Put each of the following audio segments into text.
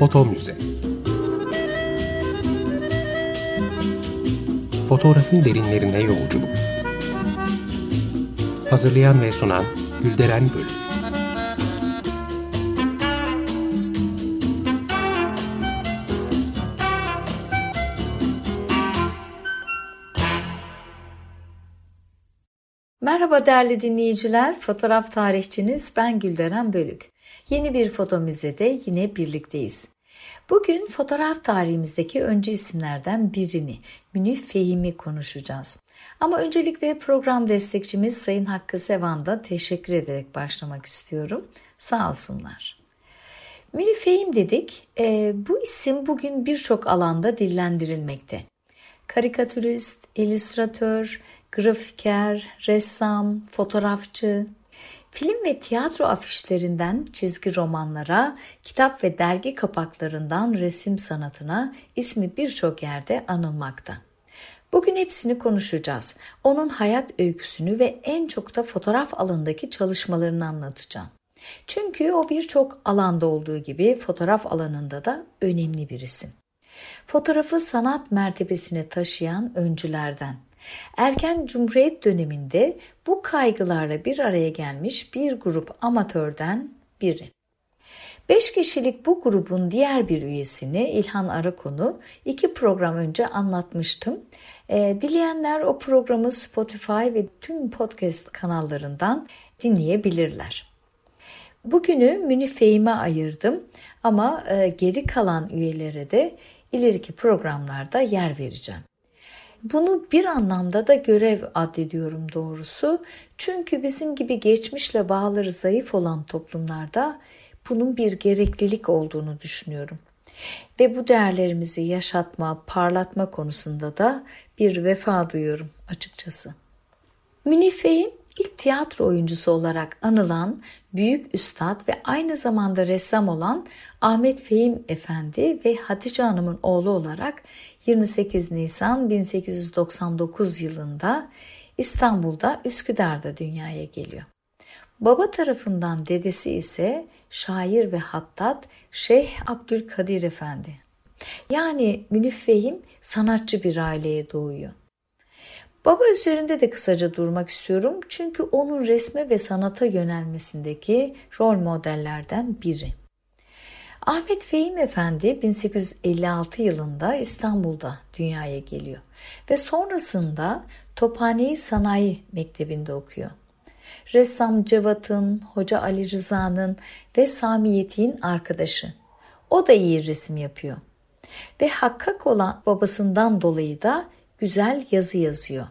Foto Müze. Fotoğrafın derinlerine yolculuk. Hazırlayan ve sunan Gülderen Bölük. Merhaba değerli dinleyiciler, fotoğraf tarihçiniz ben Gülderen Bölük. Yeni bir foto müzede yine birlikteyiz. Bugün fotoğraf tarihimizdeki öncü isimlerden birini, Münif Fehim'i konuşacağız. Ama öncelikle program destekçimiz Sayın Hakkı Sevan'da teşekkür ederek başlamak istiyorum. Sağ olsunlar. Münif Fehim dedik, bu isim bugün birçok alanda dillendirilmekte. Karikatürist, illüstratör, grafiker, ressam, fotoğrafçı, film ve tiyatro afişlerinden çizgi romanlara, kitap ve dergi kapaklarından resim sanatına ismi birçok yerde anılmakta. Bugün hepsini konuşacağız. Onun hayat öyküsünü ve en çok da fotoğraf alanındaki çalışmalarını anlatacağım. Çünkü o birçok alanda olduğu gibi fotoğraf alanında da önemli bir isim. Fotoğrafı sanat mertebesine taşıyan öncülerden. Erken Cumhuriyet döneminde bu kaygılarla bir araya gelmiş bir grup amatörden biri. 5 kişilik bu grubun diğer bir üyesini İlhan Arakon'u 2 program önce anlatmıştım. Dileyenler o programı Spotify ve tüm podcast kanallarından dinleyebilirler. Bugünü Münif Fehim'e ayırdım ama geri kalan üyelere de ileriki programlarda yer vereceğim. Bunu bir anlamda da görev addediyorum doğrusu. Çünkü bizim gibi geçmişle bağları zayıf olan toplumlarda bunun bir gereklilik olduğunu düşünüyorum. Ve bu değerlerimizi yaşatma, parlatma konusunda da bir vefa duyuyorum açıkçası. Münif Fehim ilk tiyatro oyuncusu olarak anılan büyük üstad ve aynı zamanda ressam olan Ahmet Fehim Efendi ve Hatice Hanım'ın oğlu olarak 28 Nisan 1899 yılında İstanbul'da Üsküdar'da dünyaya geliyor. Baba tarafından dedesi ise şair ve hattat Şeyh Abdülkadir Efendi. Yani Münif Fehim sanatçı bir aileye doğuyor. Baba üzerinde de kısaca durmak istiyorum çünkü onun resme ve sanata yönelmesindeki rol modellerden biri. Ahmet Fehim Efendi 1856 yılında İstanbul'da dünyaya geliyor ve sonrasında Tophane-i Sanayi Mektebi'nde okuyor. Ressam Cevat'ın, Hoca Ali Rıza'nın ve Sami Yetik'in arkadaşı. O da iyi resim yapıyor ve hakkak olan babasından dolayı da güzel yazı yazıyor.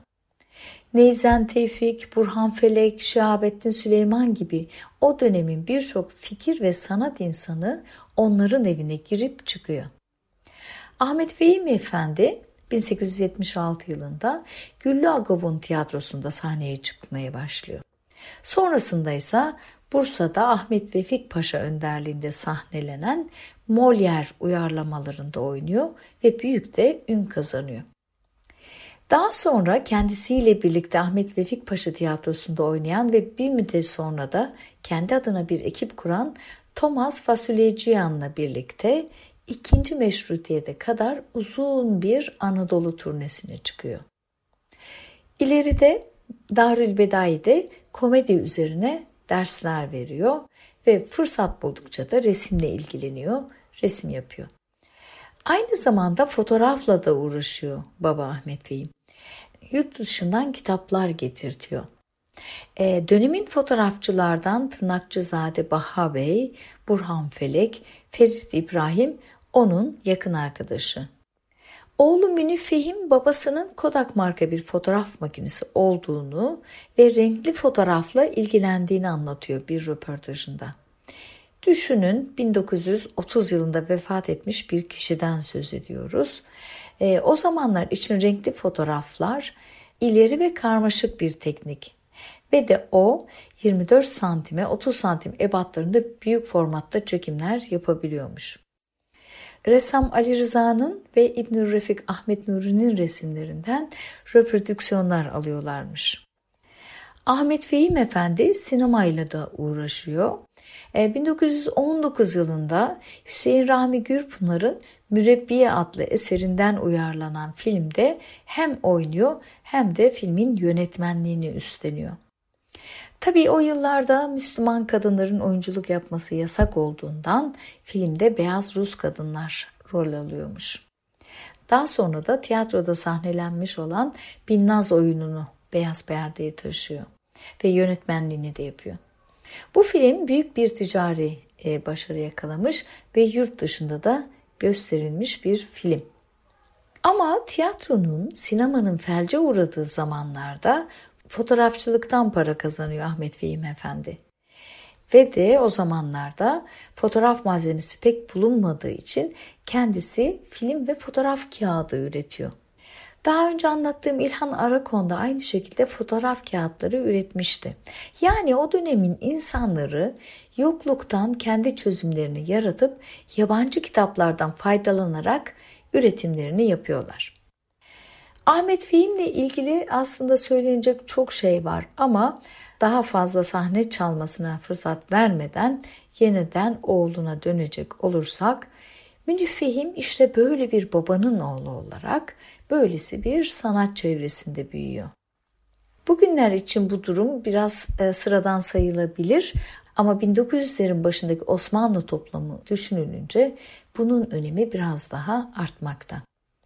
Neyzen Tevfik, Burhan Felek, Şahabettin Süleyman gibi o dönemin birçok fikir ve sanat insanı onların evine girip çıkıyor. Ahmet Fehim Efendi 1876 yılında Güllü Agavun Tiyatrosu'nda sahneye çıkmaya başlıyor. Sonrasında ise Bursa'da Ahmet Vefik Paşa önderliğinde sahnelenen Molière uyarlamalarında oynuyor ve büyük de ün kazanıyor. Daha sonra kendisiyle birlikte Ahmet Vefik Paşa Tiyatrosu'nda oynayan ve bir müddet sonra da kendi adına bir ekip kuran Thomas Fasulyeciyan'la birlikte 2. Meşrutiyet'e kadar uzun bir Anadolu turnesine çıkıyor. İleride Darülbedai'de komedi üzerine dersler veriyor ve fırsat buldukça da resimle ilgileniyor, resim yapıyor. Aynı zamanda fotoğrafla da uğraşıyor baba Ahmet Fehim. Yurt dışından kitaplar getirtiyor. Dönemin fotoğrafçılardan Tırnakçızade Baha Bey, Burhan Felek, Ferit İbrahim onun yakın arkadaşı. Oğlu Münif Fehim babasının Kodak marka bir fotoğraf makinesi olduğunu ve renkli fotoğrafla ilgilendiğini anlatıyor bir röportajında. Düşünün 1930 yılında vefat etmiş bir kişiden söz ediyoruz. O zamanlar için renkli fotoğraflar ileri ve karmaşık bir teknik. Ve de o 24 santime 30 santim ebatlarında büyük formatta çekimler yapabiliyormuş. Ressam Ali Rıza'nın ve İbnül Refik Ahmet Nuri'nin resimlerinden reprodüksiyonlar alıyorlarmış. Ahmet Fehim Efendi sinemayla da uğraşıyor. 1919 yılında Hüseyin Rahmi Gürpınar'ın Mürebbiye adlı eserinden uyarlanan filmde hem oynuyor hem de filmin yönetmenliğini üstleniyor. Tabii o yıllarda Müslüman kadınların oyunculuk yapması yasak olduğundan filmde beyaz Rus kadınlar rol alıyormuş. Daha sonra da tiyatroda sahnelenmiş olan Binnaz oyununu beyaz perdeye taşıyor ve yönetmenliğini de yapıyor. Bu film büyük bir ticari başarı yakalamış ve yurt dışında da gösterilmiş bir film. Ama tiyatronun, sinemanın felce uğradığı zamanlarda fotoğrafçılıktan para kazanıyor Ahmet Fehim Efendi. Ve de o zamanlarda fotoğraf malzemesi pek bulunmadığı için kendisi film ve fotoğraf kağıdı üretiyor. Daha önce anlattığım İlhan Arakon da aynı şekilde fotoğraf kağıtları üretmişti. Yani o dönemin insanları yokluktan kendi çözümlerini yaratıp yabancı kitaplardan faydalanarak üretimlerini yapıyorlar. Ahmet Fehim'le ilgili aslında söylenecek çok şey var ama daha fazla sahne çalmasına fırsat vermeden yeniden oğluna dönecek olursak, Münif Fehim işte böyle bir babanın oğlu olarak böylesi bir sanat çevresinde büyüyor. Bugünler için bu durum biraz sıradan sayılabilir ama 1900'lerin başındaki Osmanlı toplumu düşünülünce bunun önemi biraz daha artmakta.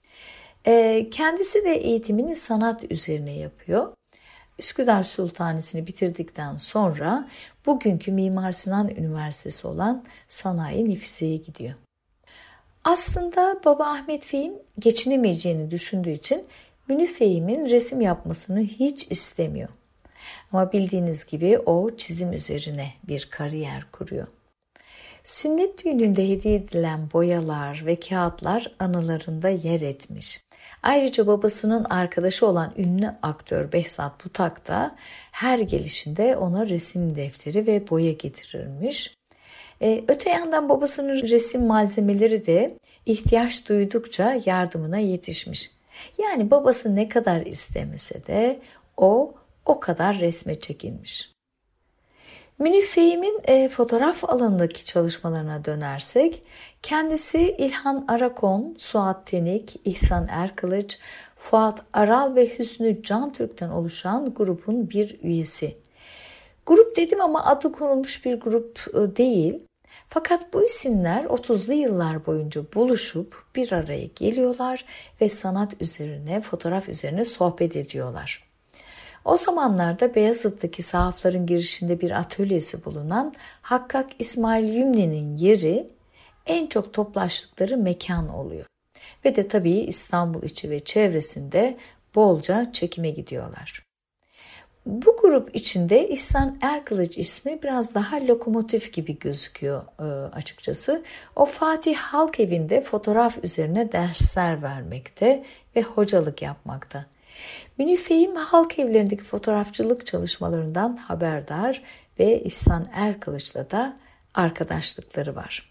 Kendisi de eğitimini sanat üzerine yapıyor. Üsküdar Sultanisi'ni bitirdikten sonra bugünkü Mimar Sinan Üniversitesi olan Sanayi Nefise'ye gidiyor. Aslında baba Ahmet Fehim geçinemeyeceğini düşündüğü için Münif Fehim'in resim yapmasını hiç istemiyor. Ama bildiğiniz gibi o çizim üzerine bir kariyer kuruyor. Sünnet düğününde hediye edilen boyalar ve kağıtlar anılarında yer etmiş. Ayrıca babasının arkadaşı olan ünlü aktör Behzat Butak da her gelişinde ona resim defteri ve boya getirirmiş. Öte yandan babasının resim malzemeleri de ihtiyaç duydukça yardımına yetişmiş. Yani babası ne kadar istemese de o kadar resme çekilmiş. Münif Fehim'in fotoğraf alanındaki çalışmalarına dönersek, kendisi İlhan Arakon, Suat Tenik, İhsan Erkılıç, Fuat Aral ve Hüsnü Cantürk'ten oluşan grubun bir üyesi. Grup dedim ama adı konulmuş bir grup değil. Fakat bu isimler 30'lu yıllar boyunca buluşup bir araya geliyorlar ve sanat üzerine, fotoğraf üzerine sohbet ediyorlar. O zamanlarda Beyazıt'taki sahafların girişinde bir atölyesi bulunan Hakkak İsmail Yümne'nin yeri en çok toplaştıkları mekan oluyor. Ve de tabii İstanbul içi ve çevresinde bolca çekime gidiyorlar. Bu grup içinde İhsan Erkılıç ismi biraz daha lokomotif gibi gözüküyor açıkçası. O Fatih Halk Evi'nde fotoğraf üzerine dersler vermekte ve hocalık yapmakta. Münif Fehim halk evlerindeki fotoğrafçılık çalışmalarından haberdar ve İhsan Erkılıç'la da arkadaşlıkları var.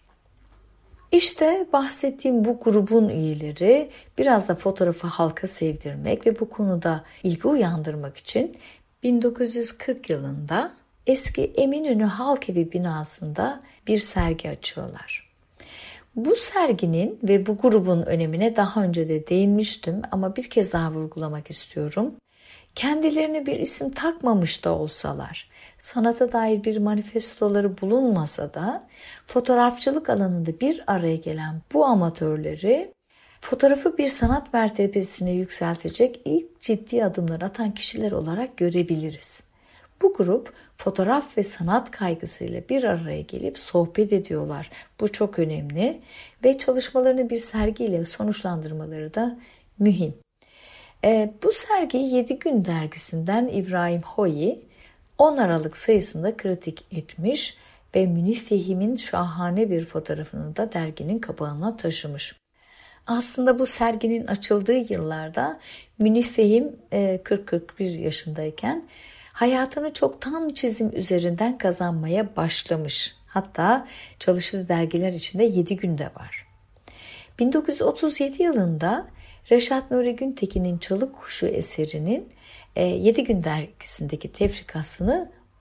İşte bahsettiğim bu grubun üyeleri biraz da fotoğrafı halka sevdirmek ve bu konuda ilgi uyandırmak için 1940 yılında eski Eminönü Halkevi binasında bir sergi açıyorlar. Bu serginin ve bu grubun önemine daha önce de değinmiştim ama bir kez daha vurgulamak istiyorum. Kendilerine bir isim takmamış da olsalar, sanata dair bir manifestoları bulunmasa da fotoğrafçılık alanında bir araya gelen bu amatörleri fotoğrafı bir sanat mertebesine yükseltecek ilk ciddi adımlar atan kişiler olarak görebiliriz. Bu grup fotoğraf ve sanat kaygısıyla bir araya gelip sohbet ediyorlar. Bu çok önemli ve çalışmalarını bir sergiyle sonuçlandırmaları da mühim. Bu sergi 7 Gün dergisinden İbrahim Hoyi 10 Aralık sayısında kritik etmiş ve Münif Fehim'in şahane bir fotoğrafını da derginin kapağına taşımış. Aslında bu serginin açıldığı yıllarda Münif Fehim 40-41 yaşındayken hayatını çoktan çizim üzerinden kazanmaya başlamış. Hatta çalıştığı dergiler içinde 7 Gün'de var. 1937 yılında Reşat Nuri Güntekin'in Çalık Kuşu eserinin 7 Gün dergisindeki tefrikasını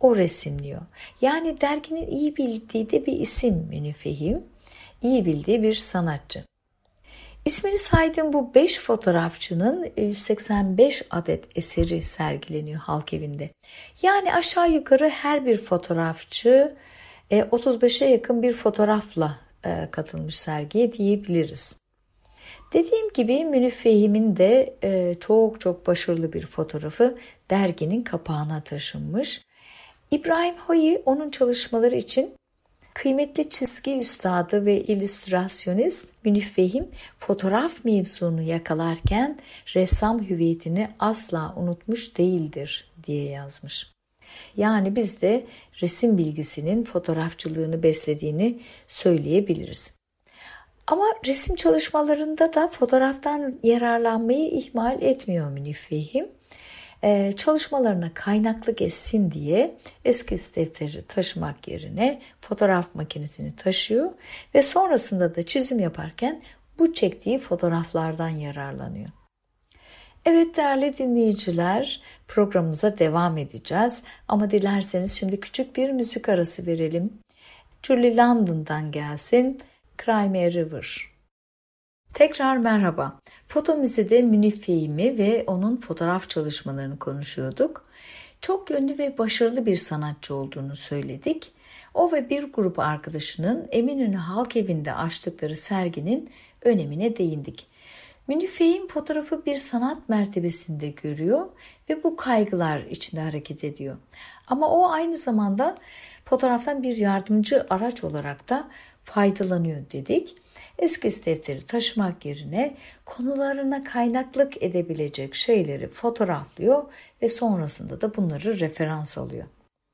o resimliyor. Yani derginin iyi bildiği de bir isim Münifehim, iyi bildiği bir sanatçı. İsmini saydığım bu 5 fotoğrafçının 185 adet eseri sergileniyor Halk Evi'nde. Yani aşağı yukarı her bir fotoğrafçı 35'e yakın bir fotoğrafla katılmış sergiye diyebiliriz. Dediğim gibi Münifehim'in de çok çok başarılı bir fotoğrafı derginin kapağına taşınmış. İbrahim Hoyi onun çalışmaları için kıymetli çizgi üstadı ve illüstrasyonist Münifehim fotoğraf mevzunu yakalarken ressam hüviyetini asla unutmuş değildir diye yazmış. Yani biz de resim bilgisinin fotoğrafçılığını beslediğini söyleyebiliriz. Ama resim çalışmalarında da fotoğraftan yararlanmayı ihmal etmiyor Münifehim. Çalışmalarına kaynaklık etsin diye eskiz defteri taşımak yerine fotoğraf makinesini taşıyor ve sonrasında da çizim yaparken bu çektiği fotoğraflardan yararlanıyor. Evet değerli dinleyiciler, programımıza devam edeceğiz ama dilerseniz şimdi küçük bir müzik arası verelim. Julie London'dan gelsin Cry Me a River. Tekrar merhaba. Foto Müze'de Münifehim'i ve onun fotoğraf çalışmalarını konuşuyorduk. Çok yönlü ve başarılı bir sanatçı olduğunu söyledik. O ve bir grup arkadaşının Eminönü Halk Evi'nde açtıkları serginin önemine değindik. Münifehim fotoğrafı bir sanat mertebesinde görüyor ve bu kaygılar içinde hareket ediyor. Ama o aynı zamanda fotoğraftan bir yardımcı araç olarak da faydalanıyor dedik. Eskiz defteri taşımak yerine konularına kaynaklık edebilecek şeyleri fotoğraflıyor ve sonrasında da bunları referans alıyor.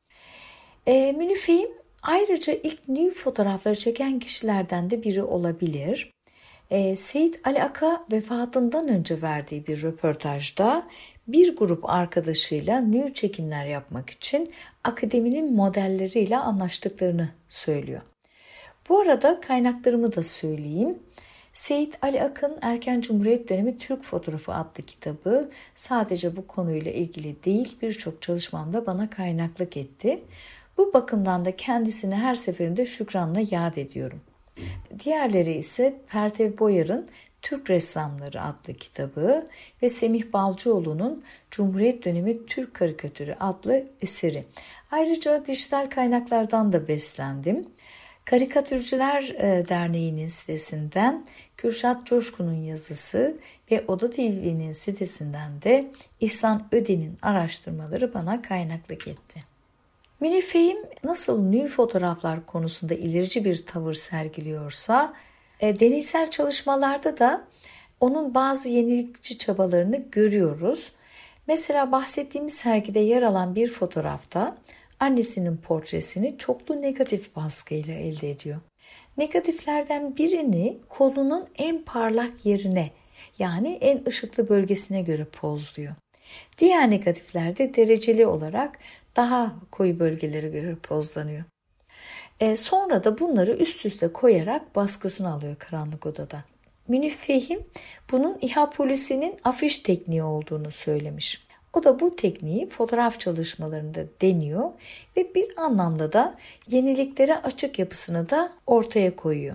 Münifehim ayrıca ilk nü fotoğrafları çeken kişilerden de biri olabilir. Seyit Ali Aka vefatından önce verdiği bir röportajda bir grup arkadaşıyla nü çekimler yapmak için akademinin modelleriyle anlaştıklarını söylüyor. Bu arada kaynaklarımı da söyleyeyim. Seyit Ali Akın Erken Cumhuriyet Dönemi Türk Fotoğrafı adlı kitabı sadece bu konuyla ilgili değil birçok çalışmamda bana kaynaklık etti. Bu bakımdan da kendisini her seferinde şükranla yad ediyorum. Diğerleri ise Pertev Boyar'ın Türk Ressamları adlı kitabı ve Semih Balcıoğlu'nun Cumhuriyet Dönemi Türk Karikatürü adlı eseri. Ayrıca dijital kaynaklardan da beslendim. Karikatürcüler Derneği'nin sitesinden Kürşat Coşkun'un yazısı ve Oda TV'nin sitesinden de İhsan Öden'in araştırmaları bana kaynaklık etti. Münifehim nasıl nü fotoğraflar konusunda ilerici bir tavır sergiliyorsa, deneysel çalışmalarda da onun bazı yenilikçi çabalarını görüyoruz. Mesela bahsettiğimiz sergide yer alan bir fotoğrafta annesinin portresini çoklu negatif baskıyla elde ediyor. Negatiflerden birini kolunun en parlak yerine yani en ışıklı bölgesine göre pozluyor. Diğer negatiflerde dereceli olarak daha koyu bölgelere göre pozlanıyor. Sonra da bunları üst üste koyarak baskısını alıyor karanlık odada. Münifehim bunun İHA polisinin afiş tekniği olduğunu söylemiş. O da bu tekniği fotoğraf çalışmalarında deniyor ve bir anlamda da yeniliklere açık yapısını da ortaya koyuyor.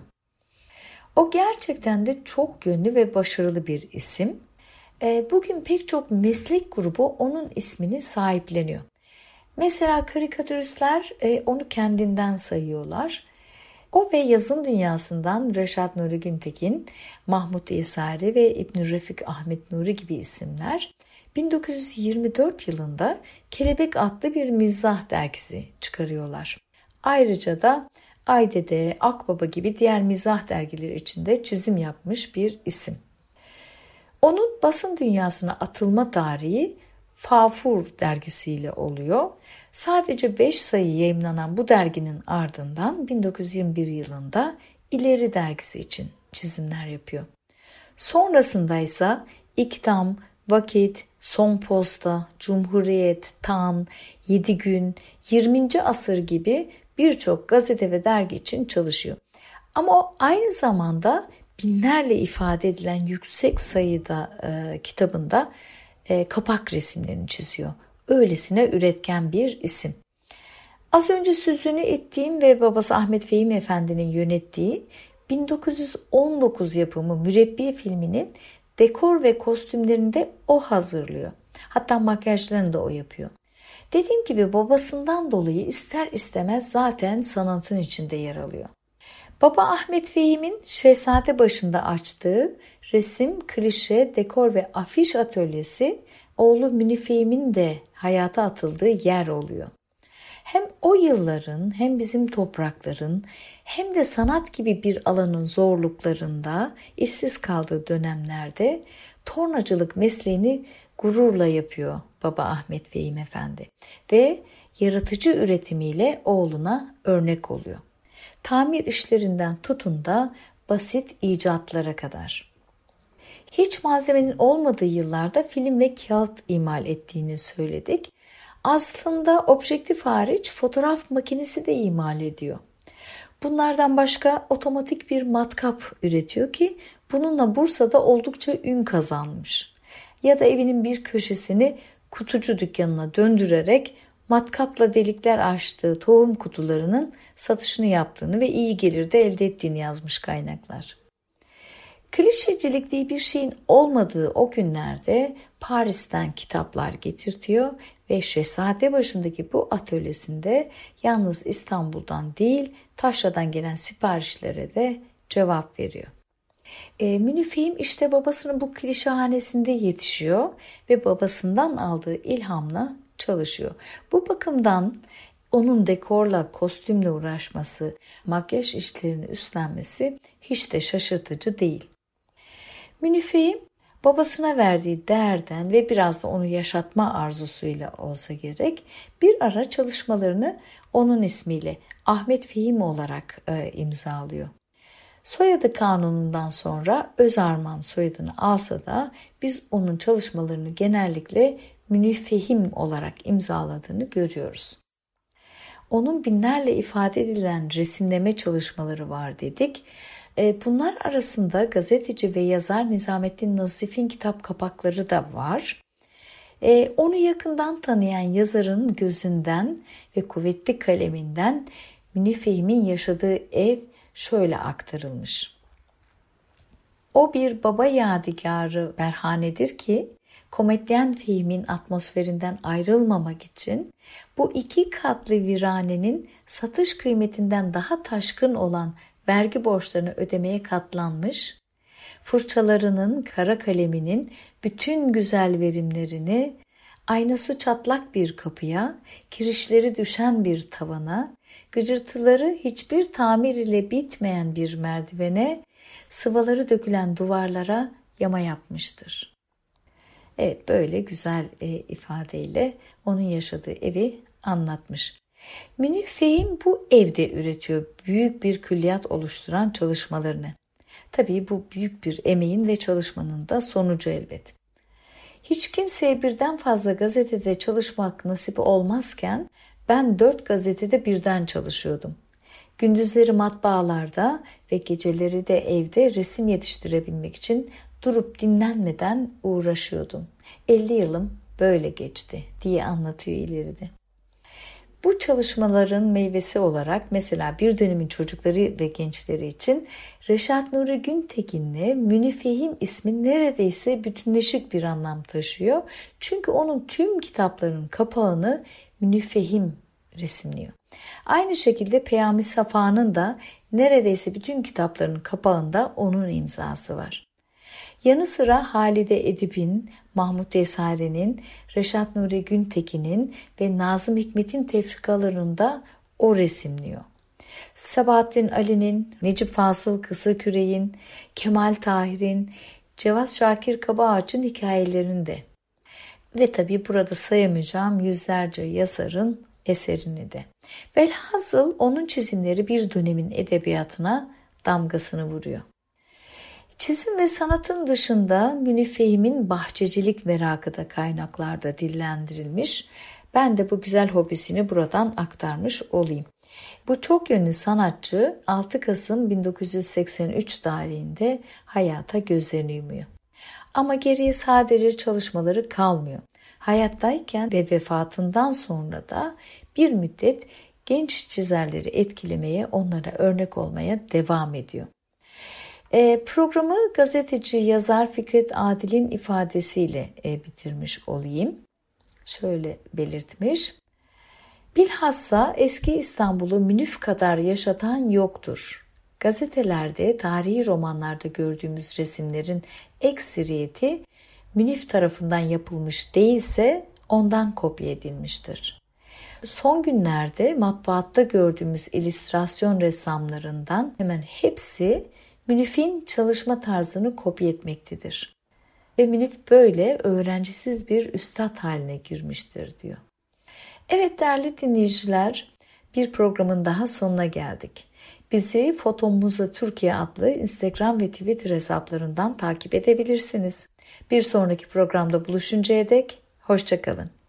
O gerçekten de çok yönlü ve başarılı bir isim. Bugün pek çok meslek grubu onun ismini sahipleniyor. Mesela karikatüristler onu kendinden sayıyorlar. O ve yazın dünyasından Reşat Nuri Güntekin, Mahmut Yesari ve İbn Refik Ahmet Nuri gibi isimler 1924 yılında Kelebek adlı bir mizah dergisi çıkarıyorlar. Ayrıca da Aydede, Akbaba gibi diğer mizah dergileri içinde çizim yapmış bir isim. Onun basın dünyasına atılma tarihi Fafur dergisiyle oluyor. Sadece 5 sayı yayımlanan bu derginin ardından 1921 yılında İleri dergisi için çizimler yapıyor. Sonrasında ise İktam, Vakit, Son Posta, Cumhuriyet, Tan, 7 Gün, 20. Asır gibi birçok gazete ve dergi için çalışıyor. Ama o aynı zamanda binlerle ifade edilen yüksek sayıda kitabında kapak resimlerini çiziyor. Öylesine üretken bir isim. Az önce sözünü ettiğim ve babası Ahmet Fehimi Efendi'nin yönettiği 1919 yapımı Mürebbiye filminin dekor ve kostümlerini de o hazırlıyor. Hatta makyajlarını da o yapıyor. Dediğim gibi babasından dolayı ister istemez zaten sanatın içinde yer alıyor. Baba Ahmet Fehim'in Şehzadebaşı'nda açtığı resim, klişe, dekor ve afiş atölyesi oğlu Münif Fehim'in de hayata atıldığı yer oluyor. Hem o yılların hem bizim toprakların hem de sanat gibi bir alanın zorluklarında işsiz kaldığı dönemlerde tornacılık mesleğini gururla yapıyor Baba Ahmet Fehim Efendi ve yaratıcı üretimiyle oğluna örnek oluyor. Tamir işlerinden tutun da basit icatlara kadar. Hiç malzemenin olmadığı yıllarda film ve kağıt imal ettiğini söyledik. Aslında objektif hariç fotoğraf makinesi de imal ediyor. Bunlardan başka otomatik bir matkap üretiyor ki bununla Bursa'da oldukça ün kazanmış. Ya da evinin bir köşesini kutucu dükkanına döndürerek matkapla delikler açtığı tohum kutularının satışını yaptığını ve iyi gelir de elde ettiğini yazmış kaynaklar. Klişecilik diye bir şeyin olmadığı o günlerde Paris'ten kitaplar getirtiyor ve Şehzadebaşı'ndaki bu atölyesinde yalnız İstanbul'dan değil Taşra'dan gelen siparişlere de cevap veriyor. Münif Fehim işte babasının bu klişehanesinde yetişiyor ve babasından aldığı ilhamla çalışıyor. Bu bakımdan onun dekorla, kostümle uğraşması, makyaj işlerini üstlenmesi hiç de şaşırtıcı değil. Münif Fehim babasına verdiği değerden ve biraz da onu yaşatma arzusuyla olsa gerek bir ara çalışmalarını onun ismiyle Ahmet Fehim olarak imzalıyor. Soyadı kanunundan sonra Özarman soyadını alsa da biz onun çalışmalarını genellikle Münif Fehim olarak imzaladığını görüyoruz. Onun binlerle ifade edilen resimleme çalışmaları var dedik. Bunlar arasında gazeteci ve yazar Nizamettin Nazif'in kitap kapakları da var. Onu yakından tanıyan yazarın gözünden ve kuvvetli kaleminden Münif Fehim'in yaşadığı ev şöyle aktarılmış. O bir baba yadigarı berhanedir ki komedyen Fehim'in atmosferinden ayrılmamak için bu 2 katlı viranenin satış kıymetinden daha taşkın olan vergi borçlarını ödemeye katlanmış, fırçalarının, kara kaleminin bütün güzel verimlerini aynası çatlak bir kapıya, kirişleri düşen bir tavana, gıcırtıları hiçbir tamir ile bitmeyen bir merdivene, sıvaları dökülen duvarlara yama yapmıştır. Evet, böyle güzel ifadeyle onun yaşadığı evi anlatmış. Münif Fehim bu evde üretiyor büyük bir külliyat oluşturan çalışmalarını. Tabii bu büyük bir emeğin ve çalışmanın da sonucu elbet. Hiç kimseye birden fazla gazetede çalışmak nasip olmazken ben 4 gazetede birden çalışıyordum. Gündüzleri matbaalarda ve geceleri de evde resim yetiştirebilmek için durup dinlenmeden uğraşıyordum. 50 yılım böyle geçti diye anlatıyor ileride. Bu çalışmaların meyvesi olarak mesela bir dönemin çocukları ve gençleri için Reşat Nuri Güntekin'le Münif Fehim ismi neredeyse bütünleşik bir anlam taşıyor. Çünkü onun tüm kitaplarının kapağını Münif Fehim resimliyor. Aynı şekilde Peyami Safa'nın da neredeyse bütün kitaplarının kapağında onun imzası var. Yanı sıra Halide Edip'in, Mahmut Esari'nin, Reşat Nuri Güntekin'in ve Nazım Hikmet'in tefrikalarında o resimliyor. Sabahattin Ali'nin, Necip Fazıl Kısaküre'nin, Kemal Tahir'in, Cevat Şakir Kabaağaç'ın hikayelerinde ve tabii burada sayamayacağım yüzlerce yazarın eserini de. Velhasıl onun çizimleri bir dönemin edebiyatına damgasını vuruyor. Çizim ve sanatın dışında Münif Fehim'in bahçecilik merakı da kaynaklarda dillendirilmiş. Ben de bu güzel hobisini buradan aktarmış olayım. Bu çok yönlü sanatçı 6 Kasım 1983 tarihinde hayata gözlerini yumuyor. Ama geriye sadece çalışmaları kalmıyor. Hayattayken ve vefatından sonra da bir müddet genç çizerleri etkilemeye, onlara örnek olmaya devam ediyor. Programı gazeteci yazar Fikret Adil'in ifadesiyle bitirmiş olayım. Şöyle belirtmiş: bilhassa eski İstanbul'u Münif kadar yaşatan yoktur. Gazetelerde, tarihi romanlarda gördüğümüz resimlerin ekseriyeti Münif tarafından yapılmış değilse ondan kopya edilmiştir. Son günlerde matbaatta gördüğümüz illüstrasyon ressamlarından hemen hepsi Münif'in çalışma tarzını kopya etmektedir. Ve Münif böyle öğrencisiz bir üstad haline girmiştir diyor. Evet değerli dinleyiciler, bir programın daha sonuna geldik. Bizi Fotomuza Türkiye adlı Instagram ve Twitter hesaplarından takip edebilirsiniz. Bir sonraki programda buluşuncaya dek hoşça kalın.